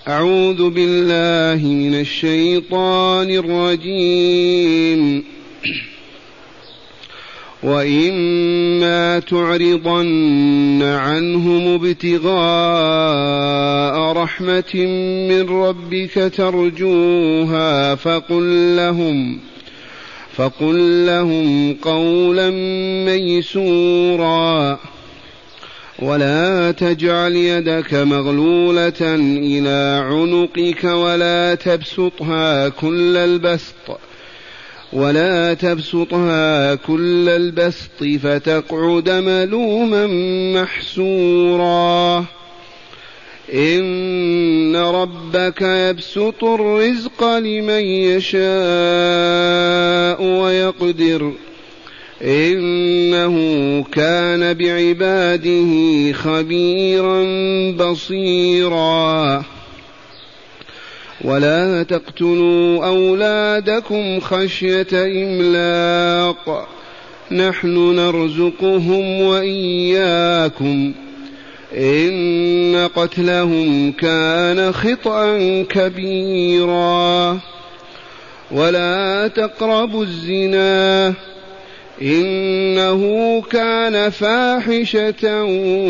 أعوذ بالله من الشيطان الرجيم. وإما تعرضن عنهم ابتغاء رحمة من ربك ترجوها فقل لهم قولا ميسورا ولا تجعل يدك مغلولة إلى عنقك ولا تبسطها كل البسط فتقعد ملوما محسورا. إن ربك يبسط الرزق لمن يشاء ويقدر إنه كان بعباده خبيرا بصيرا. ولا تقتلوا أولادكم خشية إملاق نحن نرزقهم وإياكم إن قتلهم كان خطأ كبيرا. ولا تقربوا الزنا إنه كان فاحشة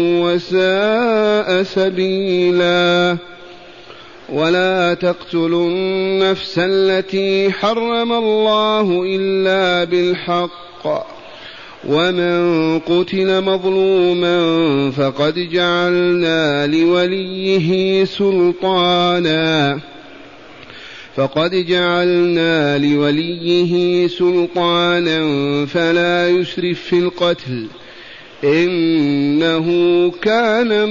وساء سبيلا. ولا تقتلوا النفس التي حرم الله إلا بالحق ومن قتل مظلوما فقد جعلنا لوليه سلطانا فلا يسرف في القتل إنه كان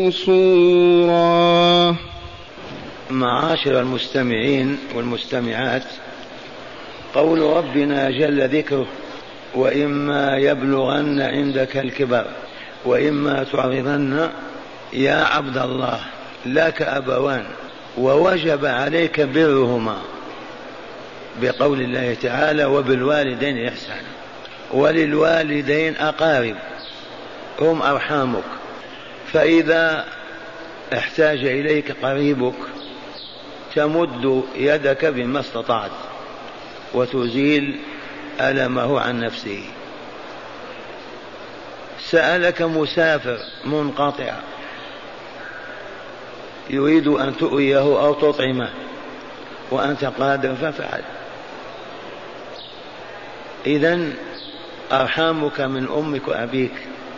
منصورا. معاشر المستمعين والمستمعات، قول ربنا جل ذكره: وإما يبلغن عندك الكبر وإما تعرضن. يا عبد الله، لك أبوان ووجب عليك برهما بقول الله تعالى: وبالوالدين إحسانا. وللوالدين أقارب هم أرحامك، فإذا احتاج إليك قريبك تمد يدك بما استطعت وتزيل ألمه عن نفسه. سألك مسافر منقطع يريد أن تؤويه أو تطعمه وأنت قادر ففعل. إذن أرحامك من أمك وأبيك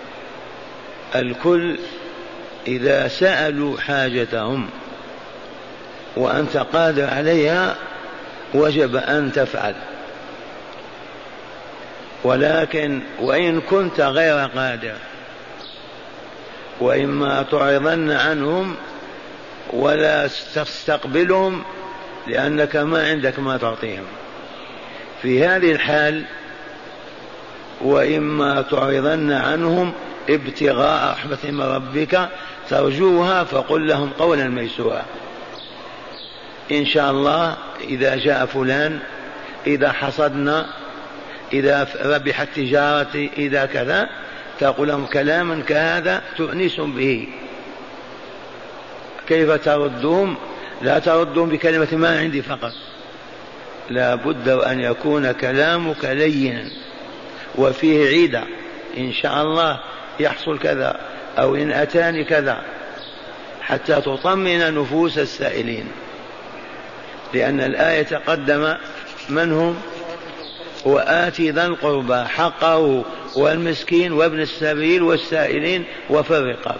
الكل إذا سألوا حاجتهم وأنت قادر عليها وجب أن تفعل. ولكن وإن كنت غير قادر وإما تعرضن عنهم ولا تستقبلهم لأنك ما عندك ما تعطيهم. في هذه الحال وإما تعرضن عنهم ابتغاء رحمة من ربك ترجوها فقل لهم قولا ميسورا. إن شاء الله إذا جاء فلان، إذا حصدنا، إذا ربحت تجارتي، إذا كذا، تقول لهم كلاما كهذا تؤنس به. كيف تردهم؟ لا تردهم بكلمة ما عندي فقط، لا بد أن يكون كلامك لينا وفيه عيدة. إن شاء الله يحصل كذا، أو إن أتاني كذا، حتى تطمئن نفوس السائلين. لأن الآية تقدم من هم: وآتي ذا القربى حقه والمسكين وابن السبيل والسائلين وفي الرقاب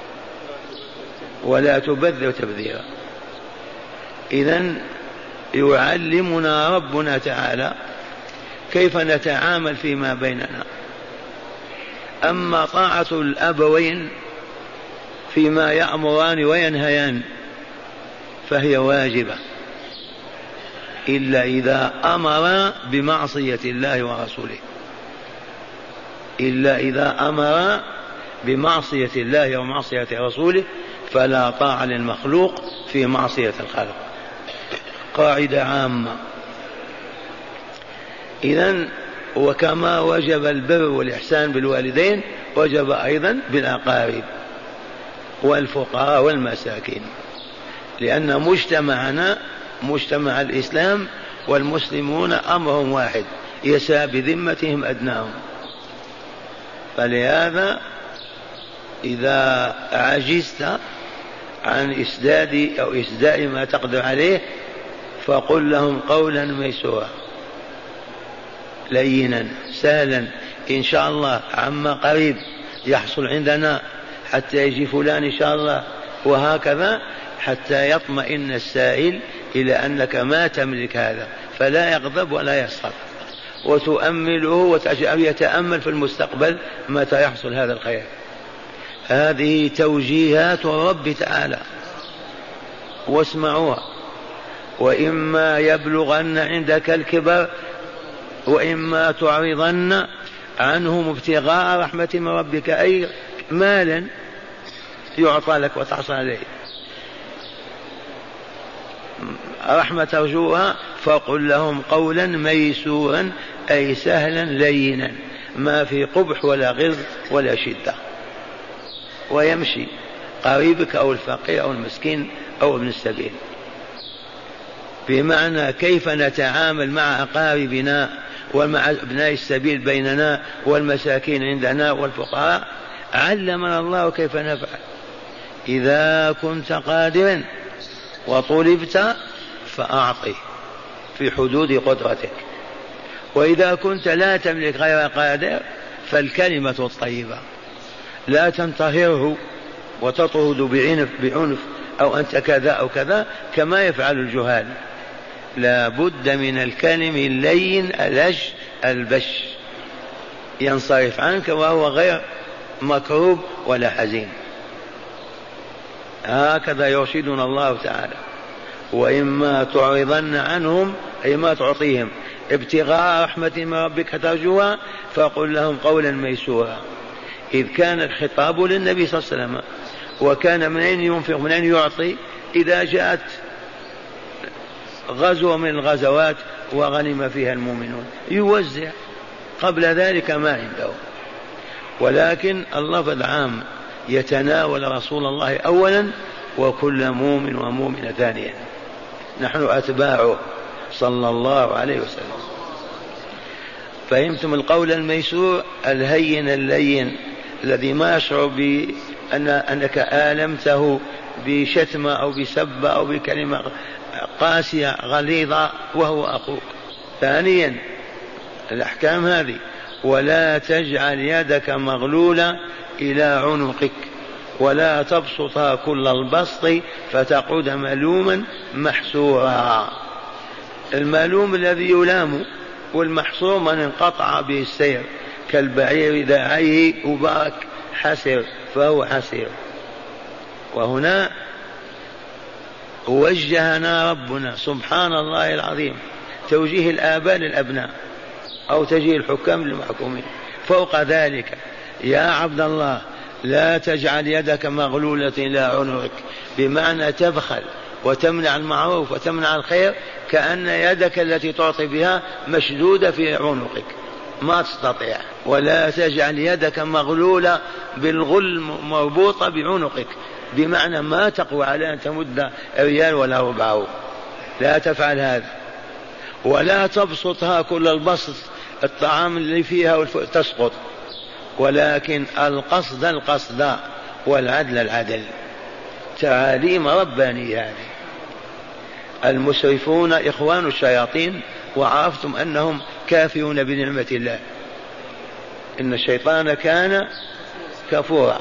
ولا تبذر تبذيرا. إذن يعلمنا ربنا تعالى كيف نتعامل فيما بيننا. أما طاعة الأبوين فيما يأمران وينهيان فهي واجبة، إلا إذا أمر بمعصية الله ورسوله، إلا إذا أمر بمعصية الله ومعصية رسوله فلا طاعة للمخلوق في معصية الخالق. قاعدة عامة. إذن وكما وجب البر والإحسان بالوالدين وجب أيضا بالأقارب والفقراء والمساكين. لأن مجتمعنا مجتمع الإسلام والمسلمون أمرهم واحد، يسعى بذمتهم أدناهم. فلهذا إذا عجزت عن إسداد أو إسداء ما تقدر عليه فقل لهم قولا ميسورا لينا سهلا، إن شاء الله عما قريب يحصل عندنا حتى يجي فلان إن شاء الله، وهكذا حتى يطمئن السائل إلى أنك ما تملك هذا، فلا يغضب ولا يسخط، وتؤمله وتجعل يتأمل في المستقبل متى يحصل هذا الخير. هذه توجيهات الرب تعالى واسمعوها. وإما يبلغن عندك الكبر وإما تعرضن عنهم ابتغاء رحمة من ربك، أي مالا يعطى لك وتحصل عليه رحمة ترجوها، فقل لهم قولا ميسورا أي سهلا لينا، ما في قبح ولا غلظ ولا شدة، ويمشي قريبك أو الفقير أو المسكين أو ابن السبيل. بمعنى كيف نتعامل مع أقاربنا ومع ابناء السبيل بيننا والمساكين عندنا والفقراء، علمنا الله كيف نفعل. إذا كنت قادرا وطلبت فأعطي في حدود قدرتك، وإذا كنت لا تملك غير قادر فالكلمة الطيبة لا تنتهره وتطرد بعنف أو أنت كذا أو كذا كما يفعل الجهال. لا بد من الكلم اللين الأج البش ينصرف عنك وهو غير مكروب ولا حزين. هكذا يرشدنا الله تعالى. وإما تعرضن عنهم أي ما تعطيهم ابتغاء رحمة من ربك ترجوها فقل لهم قولا ميسورا. إذ كان الخطاب للنبي صلى الله عليه وسلم، وكان من أين ينفق من أين يعطي إذا جاءت غزوة من الغزوات وغنم فيها المؤمنون يوزع، قبل ذلك ما عنده. ولكن اللفظ العام يتناول رسول الله أولا وكل مؤمن ومؤمنة ثانيا، نحن أتباعه صلى الله عليه وسلم. فهمتم القول الميسور الهين اللين الذي ما يشعر بأنك آلمته بشتمة أو بسبة أو بكلمة قاسية غليظة وهو أخوك. ثانيا الأحكام هذه: ولا تجعل يدك مغلولة إلى عنقك ولا تبسطها كل البسط فتقعد ملوما محسورا. الملوم الذي يلام، والمحصور من انقطع به السير كالبعير داعيه أباك حسر فهو حسير. وهنا وجهنا ربنا سبحان الله العظيم توجيه الآباء للأبناء أو توجيه الحكام للمحكومين. فوق ذلك يا عبد الله لا تجعل يدك مغلولة إلى عنقك، بمعنى تبخل وتمنع المعروف وتمنع الخير، كأن يدك التي تعطي بها مشدودة في عنقك ما تستطيع. ولا تجعل يدك مغلولة بالغل مربوطة بعنقك، بمعنى ما تقوى على أن تمد ريال ولا ربعه، لا تفعل هذا. ولا تبسطها كل البسط، الطعام اللي فيها تسقط، ولكن القصد والعدل العدل. تعاليم ربانية هذه. المسرفون إخوان الشياطين، وعرفتم أنهم كافرون بنعمة الله. إن الشيطان كان كفورا.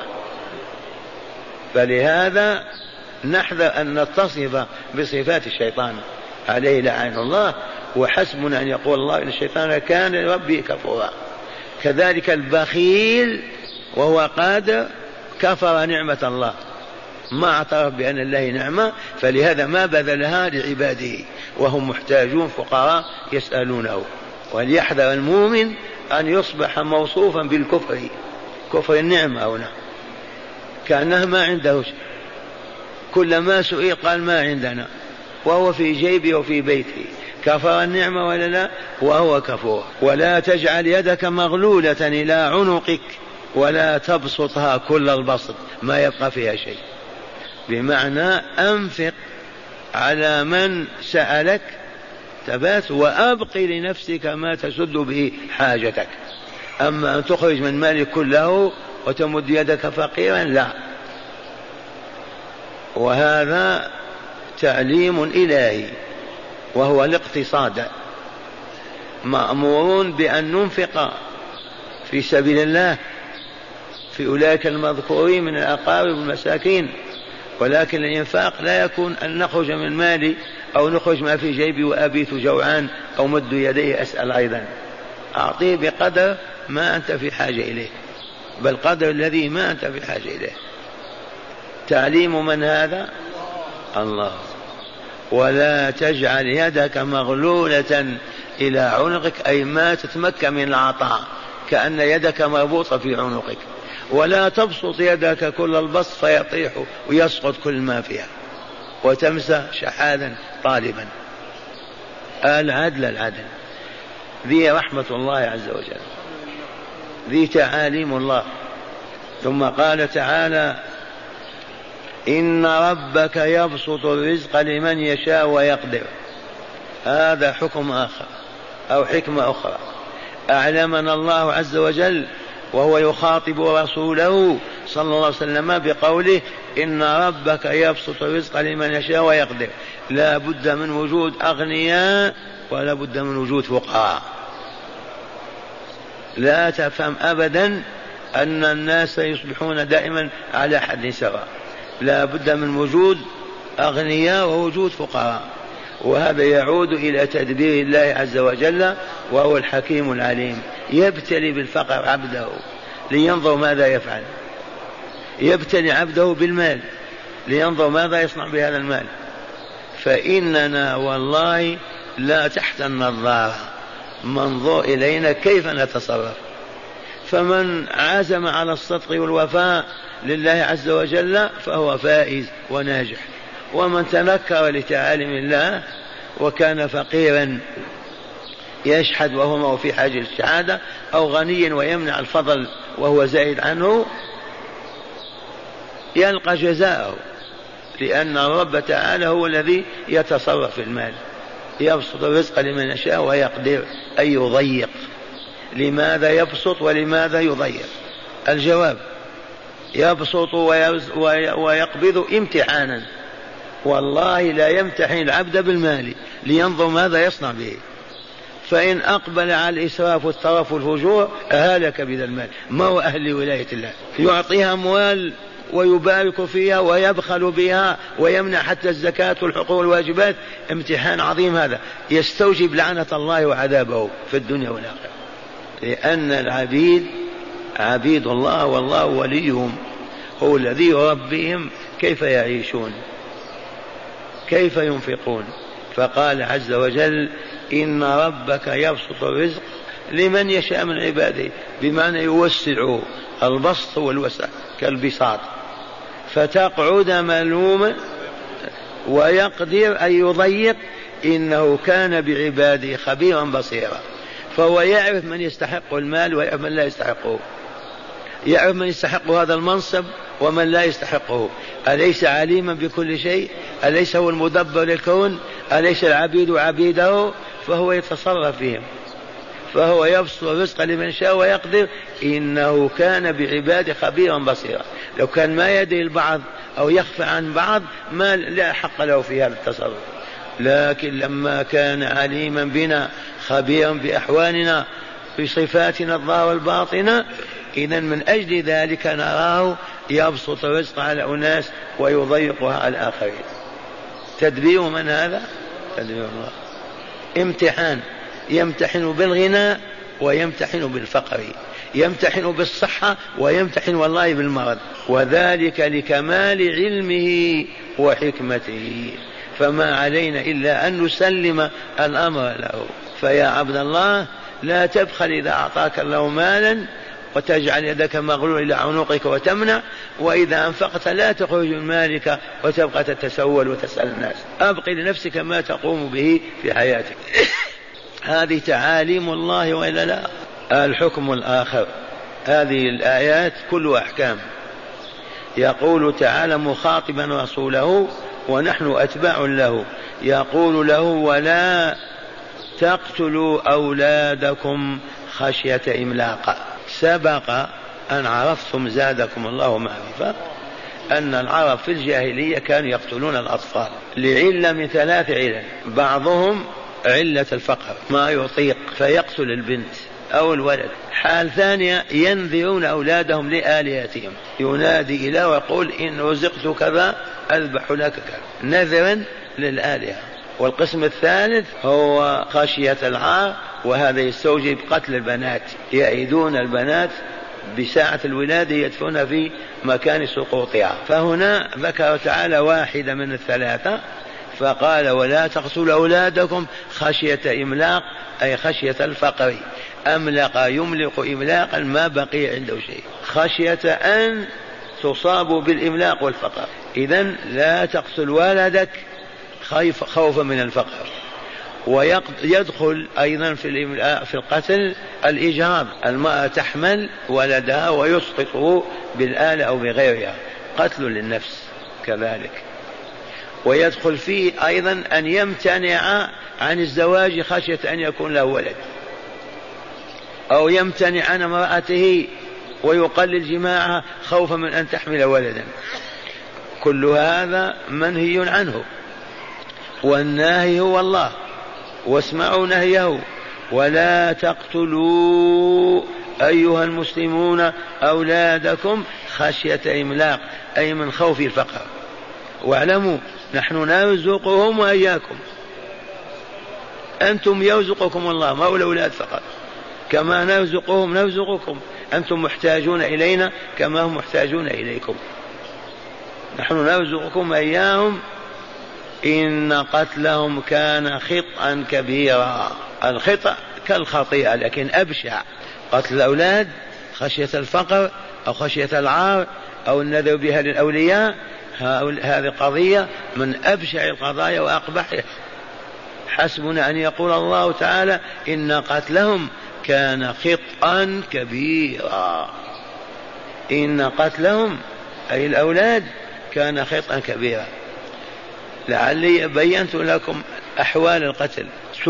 فلهذا نحذر أن نتصف بصفات الشيطان عليه لعنة الله، وحسبنا أن يقول الله إن الشيطان كان لربه كفورا. كذلك البخيل وهو قادر كفر نعمة الله، ما اعترف بأن الله نعمة، فلهذا ما بذلها لعباده وهم محتاجون فقراء يسألونه. وليحذر المؤمن أن يصبح موصوفا بالكفر، كفر النعمة هنا، كأنه ما عنده شيء، كلما سئل قال ما عندنا، وهو في جيبه وفي بيته. كفر النعمة ولا لا؟ وهو كفور. ولا تجعل يدك مغلولة إلى عنقك ولا تبسطها كل البسط، ما يبقى فيها شيء، بمعنى أنفق على من سألك تبات، وأبق لنفسك ما تسد به حاجتك. أما أن تخرج من مالك كله وتمد يدك فقيرا لا. وهذا تعليم إلهي وهو الاقتصاد. مأمورون بأن ننفق في سبيل الله في أولئك المذكورين من الأقارب والمساكين، ولكن الإنفاق لا يكون أن نخرج من مالي أو نخرج ما في جيبي وأبيت جوعان أو مد يدي أسأل أيضا. أعطيه بقدر ما أنت في حاجة إليه، بل قدر الذي ما أنت في حاجة إليه. تعليم من هذا؟ الله. ولا تجعل يدك مغلولة إلى عنقك، أي ما تتمكن من العطاء، كأن يدك مربوطة في عنقك. ولا تبسط يدك كل البسط فيطيح ويسقط كل ما فيها وتمسى شحاذا طالبا. العدل ذي رحمة الله عز وجل، ذي تعاليم الله. ثم قال تعالى: إن ربك يبسط الرزق لمن يشاء ويقدر. هذا حكم آخر أو حكمة أخرى أعلمنا الله عز وجل وهو يخاطب رسوله صلى الله عليه وسلم بقوله: إن ربك يبسط الرزق لمن يشاء ويقدر. لا بد من وجود أغنياء ولا بد من وجود فقراء. لا تفهم أبدا أن الناس يصبحون دائما على حد سواء. لا بد من وجود أغنياء ووجود فقراء، وهذا يعود إلى تدبير الله عز وجل وهو الحكيم العليم. يبتلي بالفقر عبده لينظر ماذا يفعل، يبتلي عبده بالمال لينظر ماذا يصنع بهذا المال. فإننا والله لا تحت النظارة، منظور إلينا كيف نتصرف. فمن عزم على الصدق والوفاء لله عز وجل فهو فائز وناجح، ومن تنكر لتعاليم الله وكان فقيرا يشحد وهو في حاجة السعادة، أو غني ويمنع الفضل وهو زائد عنه، يلقى جزاءه، لأن الرب تعالى هو الذي يتصرف في المال. يبسط الرزق لمن يشاء ويقدر، أي يضيق. لماذا يبسط ولماذا يضيق؟ الجواب: يبسط ويقبض امتحانا. والله لا يمتحن العبد بالمال لينظر ماذا يصنع به، فإن أقبل على الإسراف والترف والفجور هلك بذا المال. ما هو أهل ولاية الله؟ يعطيها أموال ويبارك فيها ويبخل بها ويمنع حتى الزكاة والحقوق والواجبات. امتحان عظيم هذا، يستوجب لعنة الله وعذابه في الدنيا والآخرة. لأن العبيد عبيد الله والله وليهم، هو الذي يربيهم كيف يعيشون كيف ينفقون. فقال عز وجل: إن ربك يبسط الرزق لمن يشاء من عباده، بمعنى يوسع. البسط والوسع كالبساط. فتقعد ملوما، ويقدر أن يضيق. إنه كان بعباده خبيرا بصيرا. فهو يعرف من يستحق المال ويعرف من لا يستحقه، يعرف من يستحق هذا المنصب ومن لا يستحقه. أليس عليما بكل شيء؟ أليس هو المدبر للكون؟ أليس العبيد عبيده؟ فهو يتصرف فيهم. فهو يبسط الرزق لمن شاء ويقدر. إنه كان بعباده خبيرا بصيرا. لو كان ما يدري البعض أو يخفى عن بعض ما لا حق له في هذا التصرف، لكن لما كان عليما بنا خبيرا بأحوالنا بصفاتنا الظاهرة والباطنة، إذن من أجل ذلك نراه يبسط الرزق على أناس ويضيقها على الآخرين. تدبير من هذا؟ تدبير الله. امتحان، يمتحن بالغنى ويمتحن بالفقر، يمتحن بالصحة ويمتحن والله بالمرض، وذلك لكمال علمه وحكمته. فما علينا إلا أن نسلم الأمر له. فيا عبد الله لا تبخل إذا أعطاك الله مالا وتجعل يدك مغلولة إلى عنقك وتمنع، وإذا أنفقت لا تخرج من مالك وتبقى تتسول وتسأل الناس. أبق لنفسك ما تقوم به في حياتك. هذه تعاليم الله وإلا لا؟ الحكم الآخر، هذه الآيات كلها أحكام. يقول تعالى مخاطبا رسوله ونحن أتباع له. يقول له ولا تقتلوا أولادكم خشية إملاق. سبق أن عرفتم زادكم الله معرفة أن العرب في الجاهلية كانوا يقتلون الأطفال لعلة من 3 علل. بعضهم علة الفقر، ما يطيق فيقتل البنت أو الولد. حال ثانية ينذرون أولادهم لآلهتهم، ينادي إله ويقول إن رزقت كذا أذبح لك كذا، نذرا للآلهة. والقسم الثالث هو خشية العار، وهذا يستوجب قتل البنات، يعيدون البنات بساعة الولادة يدفن في مكان سقوطها. فهنا ذكر تعالى واحدة من الثلاثة فقال ولا تقتلوا أولادكم خشية إملاق، أي خشية الفقر. أملق يملق إملاقا ما بقي عنده شيء، خشية أن تصابوا بالإملاق والفقر. إذن لا تقتل ولدك خوفا من الفقر. ويدخل أيضا في القتل الإجهاض، المرأة تحمل ولدها ويسقطه بالآلة أو بغيرها، قتل للنفس كذلك. ويدخل فيه أيضا أن يمتنع عن الزواج خشية أن يكون له ولد، أو يمتنع عن امرأته ويقلل جماعها خوفا من أن تحمل ولدا. كل هذا منهي عنه، والناهي هو الله، واسمعوا نهيه. ولا تقتلوا أيها المسلمون أولادكم خشية إملاق، أي من خوف الفقر. واعلموا نحن نرزقهم وإياكم، أنتم يرزقكم الله، ما هو الأولاد فقط، كما نرزقهم نرزقكم، أنتم محتاجون إلينا كما هم محتاجون إليكم، نحن نرزقكم إياهم. إن قتلهم كان خطأ كبيرا. الخطأ كالخطيئة لكن أبشع. قتل الأولاد خشية الفقر أو خشية العار أو النذر بها للأولياء، هذه قضية من أبشع القضايا وأقبحها. حسبنا أن يقول الله تعالى إن قتلهم كان خطأ كبيرا. إن قتلهم أي الأولاد كان خطأ كبيرا. لعلي بينت لكم أحوال القتل.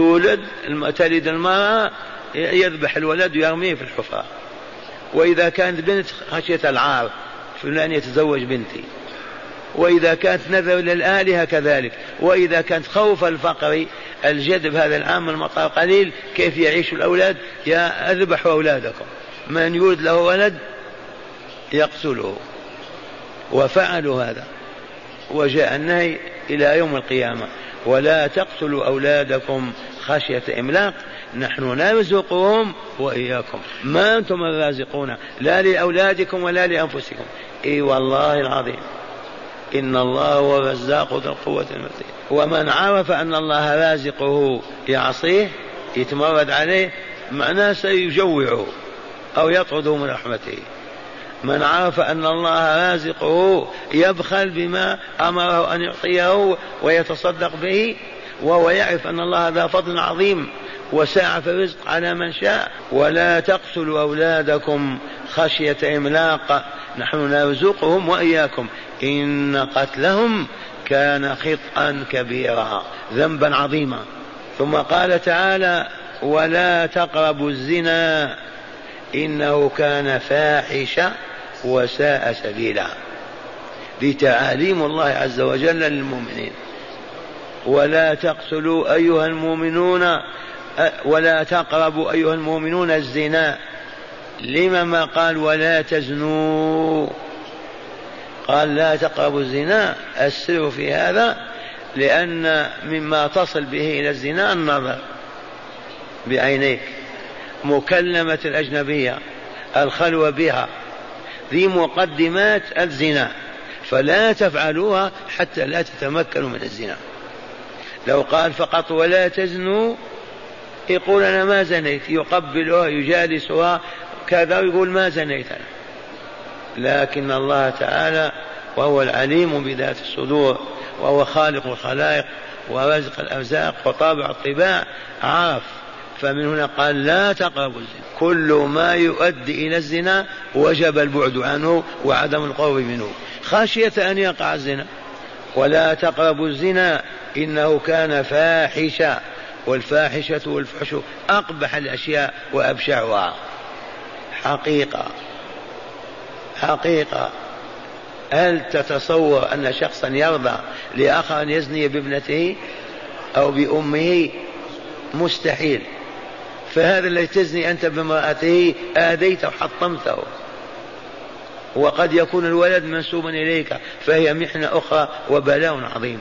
تلد المرأة يذبح الولد ويرميه في الحفرة. وإذا كانت بنت خشية العار فلان يتزوج بنتي. وإذا كانت نذر للآلهة كذلك. وإذا كانت خوف الفقر الجدب هذا العام المطر قليل كيف يعيش الأولاد؟ يا أذبحوا أولادكم، من يولد له ولد يقتله. وفعلوا هذا وجاء النهي إلى يوم القيامة. ولا تقتلوا أولادكم خشية إملاق، نحن نرزقهم وإياكم، ما أنتم الرازقون لا لأولادكم ولا لأنفسكم. إي والله العظيم إن الله هو الرزاق ذو القوة المتين. ومن عرف أن الله رازقه يعصيه يتمرد عليه معناه سيجوعه أو يطرده من رحمته. من عرف أن الله رازقه يبخل بما أمره أن يعطيه ويتصدق به، وهو يعرف أن الله ذا فضل عظيم وساع في الرزق على من شاء. ولا تقتلوا أولادكم خشية إملاق، نحن نرزقهم وإياكم. إن قتلهم كان خطأ كبيرا، ذنبا عظيما. ثم قال تعالى ولا تقربوا الزنا إنه كان فاحشة وساء سبيلا. لتعاليم الله عز وجل للمؤمنين. ولا تقتلوا أيها المؤمنون ولا تقربوا أيها المؤمنون الزنا. لما ما قال ولا تزنوا؟ قال لا تقربوا الزنا. السر في هذا لأن مما تصل به إلى الزنا النظر بعينيك، مكلمة الأجنبية، الخلوة بها، ذي مقدمات الزنا، فلا تفعلوها حتى لا تتمكنوا من الزنا. لو قال فقط ولا تزنوا يقول أنا ما زنيت، يقبلها يجالسها كذا ويقول ما زنيت أنا. لكن الله تعالى وهو العليم بذات الصدور وهو خالق الخلائق ورزق الأرزاق وطابع الطباع عرف، فمن هنا قال لا تقربوا الزنا. كل ما يؤدي إلى الزنا وجب البعد عنه وعدم القرب منه خشية أن يقع الزنا. ولا تقربوا الزنا إنه كان فاحشة، والفاحشة والفحش أقبح الأشياء وأبشعها. حقيقة هل تتصور أن شخصا يرضى لآخر أن يزني بابنته أو بأمه؟ مستحيل. فهذا الذي تزني أنت بامرأته آذيته وحطمته، وقد يكون الولد منسوبا إليك، فهي محنة أخرى وبلاء عظيم.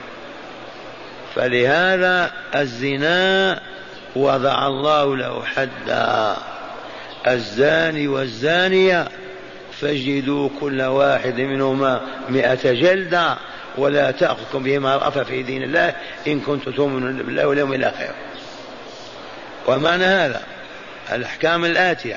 فلهذا الزنا وضع الله له حدا: الزاني والزانية فاجلدوا كل واحد منهما 100 جلدة ولا تأخذكم بهما رأفة في دين الله إن كنتم تؤمنون بالله واليوم الآخر. ومعنى هذا الأحكام الآتية: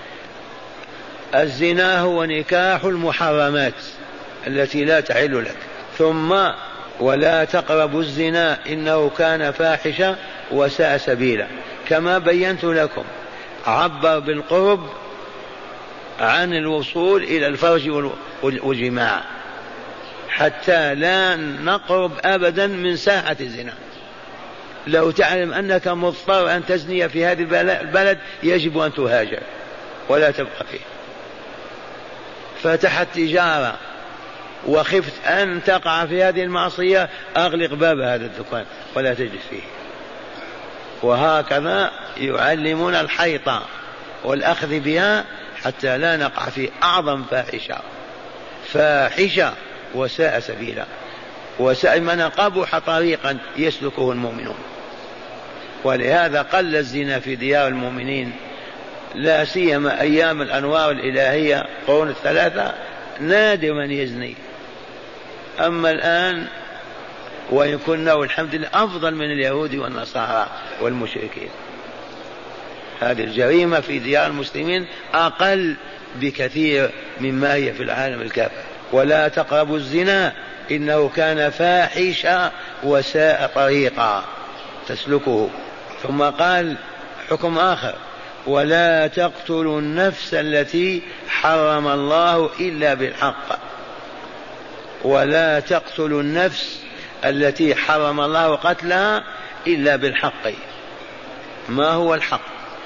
الزنا هو نكاح المحرمات التي لا تحل لك. ثم ولا تقربوا الزنا إنه كان فاحشة وساء سبيلا. كما بينت لكم عبر بالقرب عن الوصول إلى الفرج والجماع حتى لا نقرب أبدا من ساحة الزنا. لو تعلم أنك مضطر أن تزني في هذه البلد يجب أن تهاجر ولا تبقى فيه. فتحت تجارة وخفت أن تقع في هذه المعصية، أغلق باب هذا الدكان ولا تجلس فيه. وهكذا يعلمون الحيطة والأخذ بها حتى لا نقع في أعظم فاحشة وساء سبيلا، وساء من قبح طريقا يسلكه المؤمنون. ولهذا قل الزنا في ديار المؤمنين، لا سيما أيام الأنوار الإلهية قرون الثلاثة، نادر من يزني. أما الآن وإن كنا والحمد لله أفضل من اليهود والنصارى والمشركين، هذه الجريمة في ديار المسلمين أقل بكثير مما هي في العالم الكافر. ولا تقربوا الزنا إنه كان فاحشة وساء طريقا تسلكه. ثم قال حكم آخر: ولا تقتلوا النفس التي حرم الله إلا بالحق. ولا تقتلوا النفس التي حرم الله قتلها إلا بالحق. ما هو الحق؟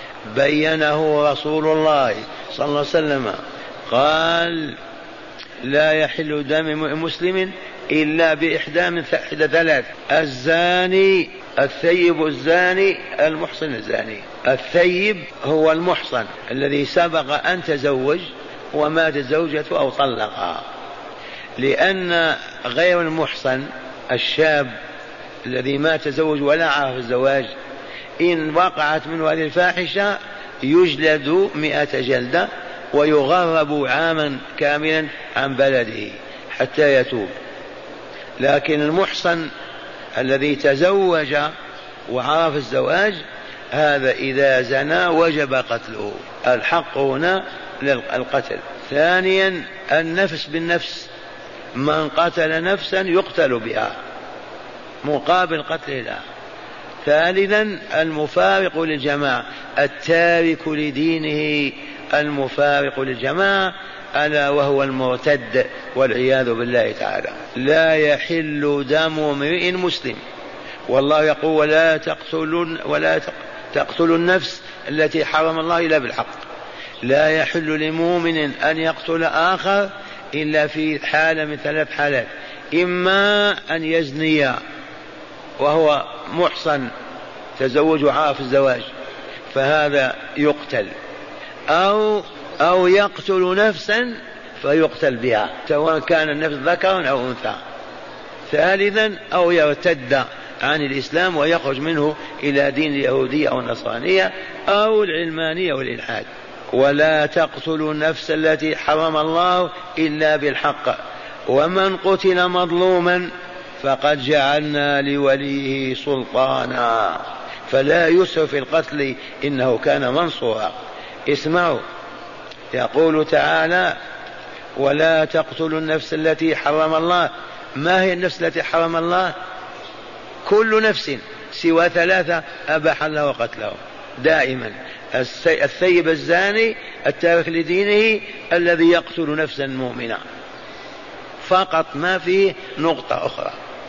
بينه رسول الله صلى الله عليه وسلم، قال: لا يحل دم مسلم إلا بإحدى من ثلاث: الزاني، الثيب الزاني، المحصن الزاني. الثيب هو المحصن الذي سبق أن تزوج ومات زوجته أو طلقها، لأن غير المحصن الشاب الذي ما تزوج ولا عرف الزواج إن وقعت منه هذه الفاحشة يجلد 100 جلدة ويغرب عاما كاملا عن بلده حتى يتوب. لكن المحصن الذي تزوج وعرف الزواج هذا إذا زنى وجب قتله. الحق هنا للقتل. ثانيا النفس بالنفس، من قتل نفسا يقتل بها مقابل قتلها. ثالثا المفارق للجماعة، التارك لدينه المفارق للجماعة، ألا وهو المرتد والعياذ بالله تعالى. لا يحل دم امرئ مسلم، والله يقول: ولا تقتلوا النفس التي حرم الله إلا بالحق. لا يحل لمؤمن أن يقتل آخر إلا في حالة من 3 حالات: إما أن يزني وهو محصن تزوج وعارف الزواج فهذا يقتل، أو يقتل نفسا فيقتل بها سواء كان النفس ذكرا أو أنثى. ثالثا أو يرتد عن الإسلام ويخرج منه إلى دين اليهودية أو النصرانية أو العلمانية والإلحاد. ولا تقتلوا النفس التي حرم الله إلا بالحق، ومن قتل مظلوما فقد جعلنا لوليه سلطانا فلا يسرف في القتل إنه كان منصورا. اسمعوا، يقول تعالى: ولا تقتلوا النفس التي حرم الله. ما هي النفس التي حرم الله؟ كل نفس سوى 3 أباح الله قتله دائما: الثيب الزاني، التارك لدينه، الذي يقتل نفسا مؤمنة، فقط ما فيه نقطة أخرى.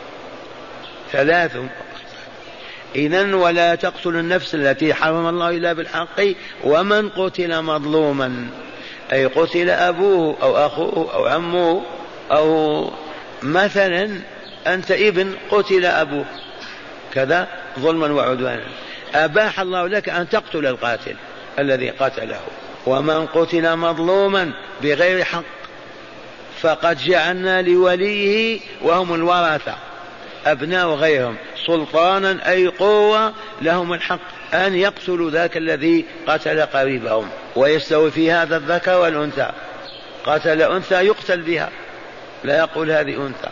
3. إذن ولا تقتلوا النفس التي حرم الله إلا بالحق ومن قتل مظلوما، أي قتل أبوه أو أخوه أو عمه، أو مثلا أنت ابن قتل أبوه كذا ظلما وعدوانا، أباح الله لك أن تقتل القاتل الذي قتله. ومن قتل مظلوما بغير حق فقد جعلنا لوليه، وهم الورثة أبناء غيرهم، سلطانا أي قوة لهم الحق أن يقتلوا ذاك الذي قتل قريبهم. ويستوي في هذا الذكر والأنثى، قتل أنثى يقتل بها، لا يقول هذه أنثى،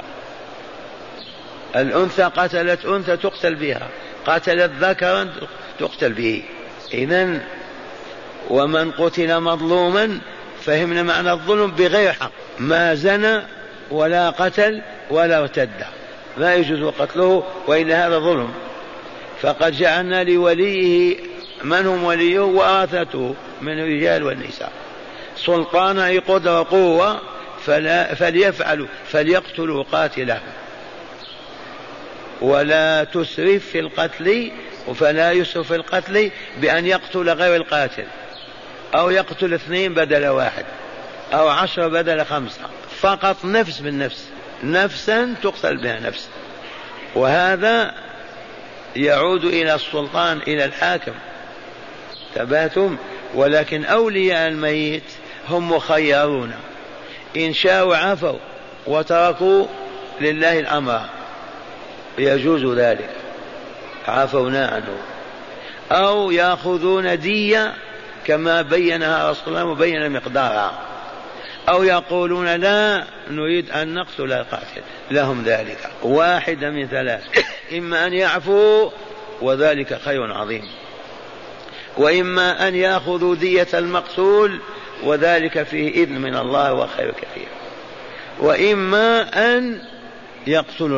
الأنثى قتلت أنثى تقتل بها، قتلت ذكرا تقتل به. إذن ومن قتل مظلوما فهمنا معنى الظلم بغير حق، ما زنى ولا قتل ولا ارتد، لا يجوز قتله وإلا هذا ظلم. فقد جعلنا لوليه، من هم وليه؟ وآثته من الرجال والنساء، سلطانا أي قدرة وقوة، فليفعلوا فليقتلوا قاتله ولا تسرف في القتل، فلا يسرف في القتل بأن يقتل غير القاتل، أو يقتل 2 بدل 1 أو 10 بدل 5، فقط نفس بالنفس، نفسا تقتل بها نفس. وهذا يعود إلى السلطان، إلى الحاكم، تباتم. ولكن أولياء الميت هم مخيرون، إن شاءوا عفوا وتركوا لله الأمر يجوز ذلك، عفونا عنه، أو يأخذون دية كما بينها رسول الله وبين مقدارها، أو يقولون لا نريد أن نقتل القاتل، لهم ذلك. واحدة من 3، إما أن يعفوا وذلك خير عظيم، وإما أن يأخذوا دية المقتول وذلك فيه إذن من الله وخير كثير، وإما أن يقتلوا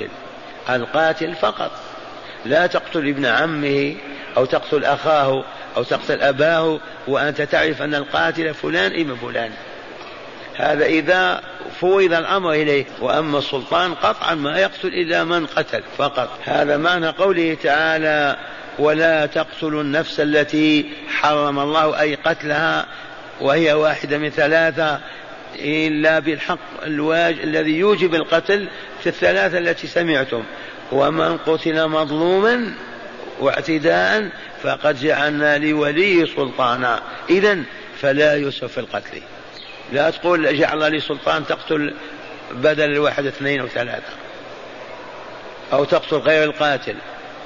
القاتل فقط، لا تقتل ابن عمه أو تقتل أخاه أو تقتل أباه وأنت تعرف أن القاتل فلان ابن فلان، هذا إذا فوض الأمر إليه. وأما السلطان قطعا ما يقتل إلا من قتل فقط. هذا معنى قوله تعالى ولا تقتلوا النفس التي حرم الله، أي قتلها وهي واحدة من 3 إلا بالحق الذي يوجب القتل في 3 التي سمعتم. ومن قتل مظلوما واعتداء فقد جعلنا لولي سلطانا. إذن فلا يسرف في القتل، لا تقول جعل لي سلطان تقتل بدل 1 2 أو 3 أو تقتل غير القاتل.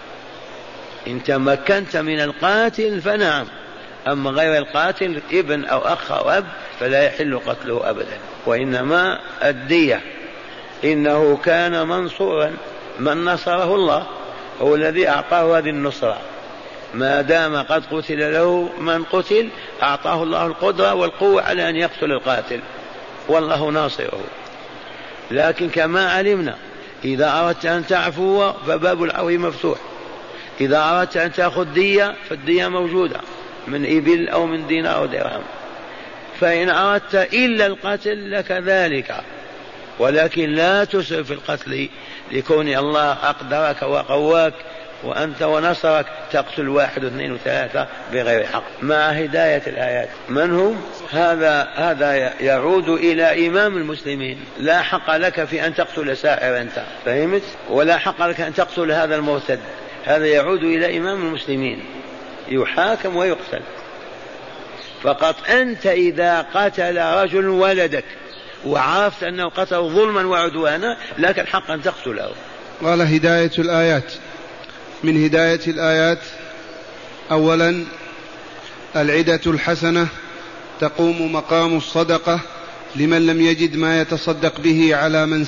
إن تمكنت من القاتل فنعم، أما غير القاتل ابن أو أخ أو أب فلا يحل قتله أبدا، وإنما الدية. إنه كان منصورا، من نصره الله هو الذي أعطاه هذه النصرة، ما دام قد قتل له من قتل أعطاه الله القدرة والقوة على أن يقتل القاتل، والله ناصره. لكن كما علمنا إذا أردت أن تعفو فباب العفو مفتوح، إذا أردت أن تأخذ دية فالدية موجودة من إبل أو من دينار أو درهم، فإن أردت إلا القتل لك ذلك، ولكن لا تسرف في القتل لكون الله أقدرك وقواك وأنت ونصرك تقتل 1 2 و3 بغير حق مع هداية الآيات. من هم؟ هذا يعود إلى إمام المسلمين، لا حق لك في أن تقتل سائر أنت، فهمت؟ ولا حق لك أن تقتل هذا المرتد، هذا يعود إلى إمام المسلمين يحاكم ويقتل. فقط أنت إذا قتل رجل ولدك وعرفت أنه قتل ظلما وعدوانا لك الحق أن تقتله. قال هداية الآيات. من هداية الآيات أولا العدة الحسنة تقوم مقام الصدقة لمن لم يجد ما يتصدق به على من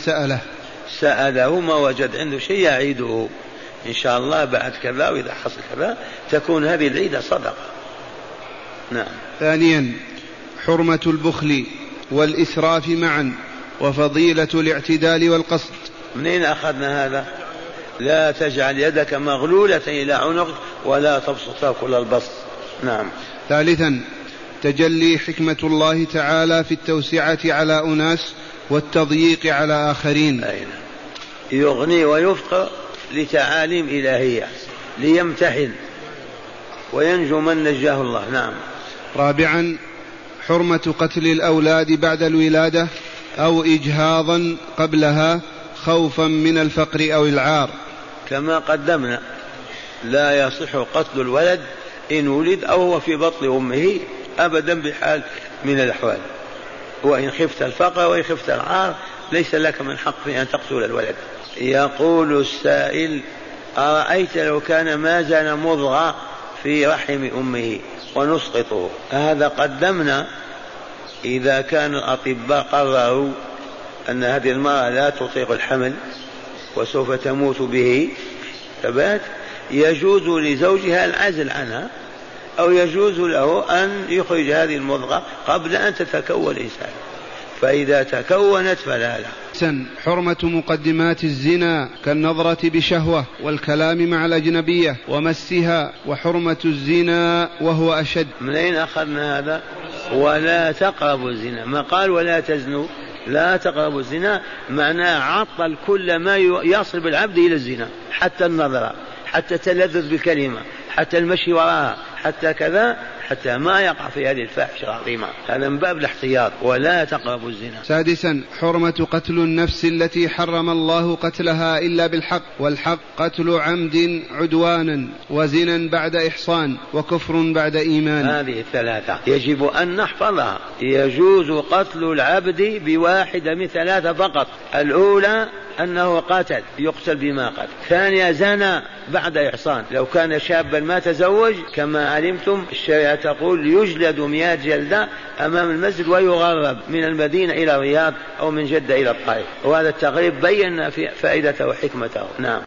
سأله ما وجد عنده شيء يعيده إن شاء الله بعد كذا، وإذا حصل كذا تكون هذه العيدة صدقة. نعم. ثانيا حرمة البخل والإسراف معا وفضيلة الاعتدال والقصد. منين أخذنا هذا؟ لا تجعل يدك مغلولة إلى عنقك ولا تبسطها كل البسط. نعم. ثالثا تجلي حكمة الله تعالى في التوسعة على أناس والتضييق على آخرين. يغني ويفقر لتعاليم إلهية ليمتحن وينجو من نجاه الله. نعم. رابعا حرمة قتل الأولاد بعد الولادة أو إجهاضا قبلها خوفا من الفقر أو العار. كما قدمنا لا يصح قتل الولد إن ولد أو هو في بطن أمه أبدا بحال من الأحوال، وإن خفت الفقر وإن خفت العار ليس لك من حق في أن تقتل الولد. يقول السائل: أرأيت لو كان ما زال مضغة في رحم أمه ونسقطه؟ هذا قدمنا إذا كان الأطباء قرروا أن هذه المرأة لا تطيق الحمل وسوف تموت به ثبات، يجوز لزوجها العزل عنها أو يجوز له أن يخرج هذه المضغة قبل أن تتكون الإنسان، فإذا تكونت فلا لا. حرمة مقدمات الزنا كالنظرة بشهوة والكلام مع الأجنبية ومسها، وحرمة الزنا وهو أشد. من أين أخذنا هذا؟ ولا تقربوا الزنا، ما قال ولا تزنوا، لا تقربوا الزنا معناه عطل كل ما يصل بالعبد إلى الزنا، حتى النظرة، حتى التلذذ بالكلمة، حتى المشي وراها، حتى كذا، حتى ما يقع في هذه الفاحشة العظيمة. هذا من باب الاحتياط. ولا تقربوا الزنا. سادسا حرمة قتل النفس التي حرم الله قتلها إلا بالحق، والحق قتل عمد عدوانا وزنا بعد إحصان وكفر بعد إيمان. هذه الثلاثة يجب أن نحفظها. يجوز قتل العبد بواحدة من ثلاثة فقط: الأولى أنه قتل يقتل بما قتل، ثانيا زنا بعد إحصان، لو كان شابا ما تزوج كما علمتم الشريعة تقول يجلد 100 جلدة أمام المسجد ويغرب من المدينة إلى الرياض أو من جدة إلى الطائف، وهذا التغريب بينا في فائدته وحكمته. نعم.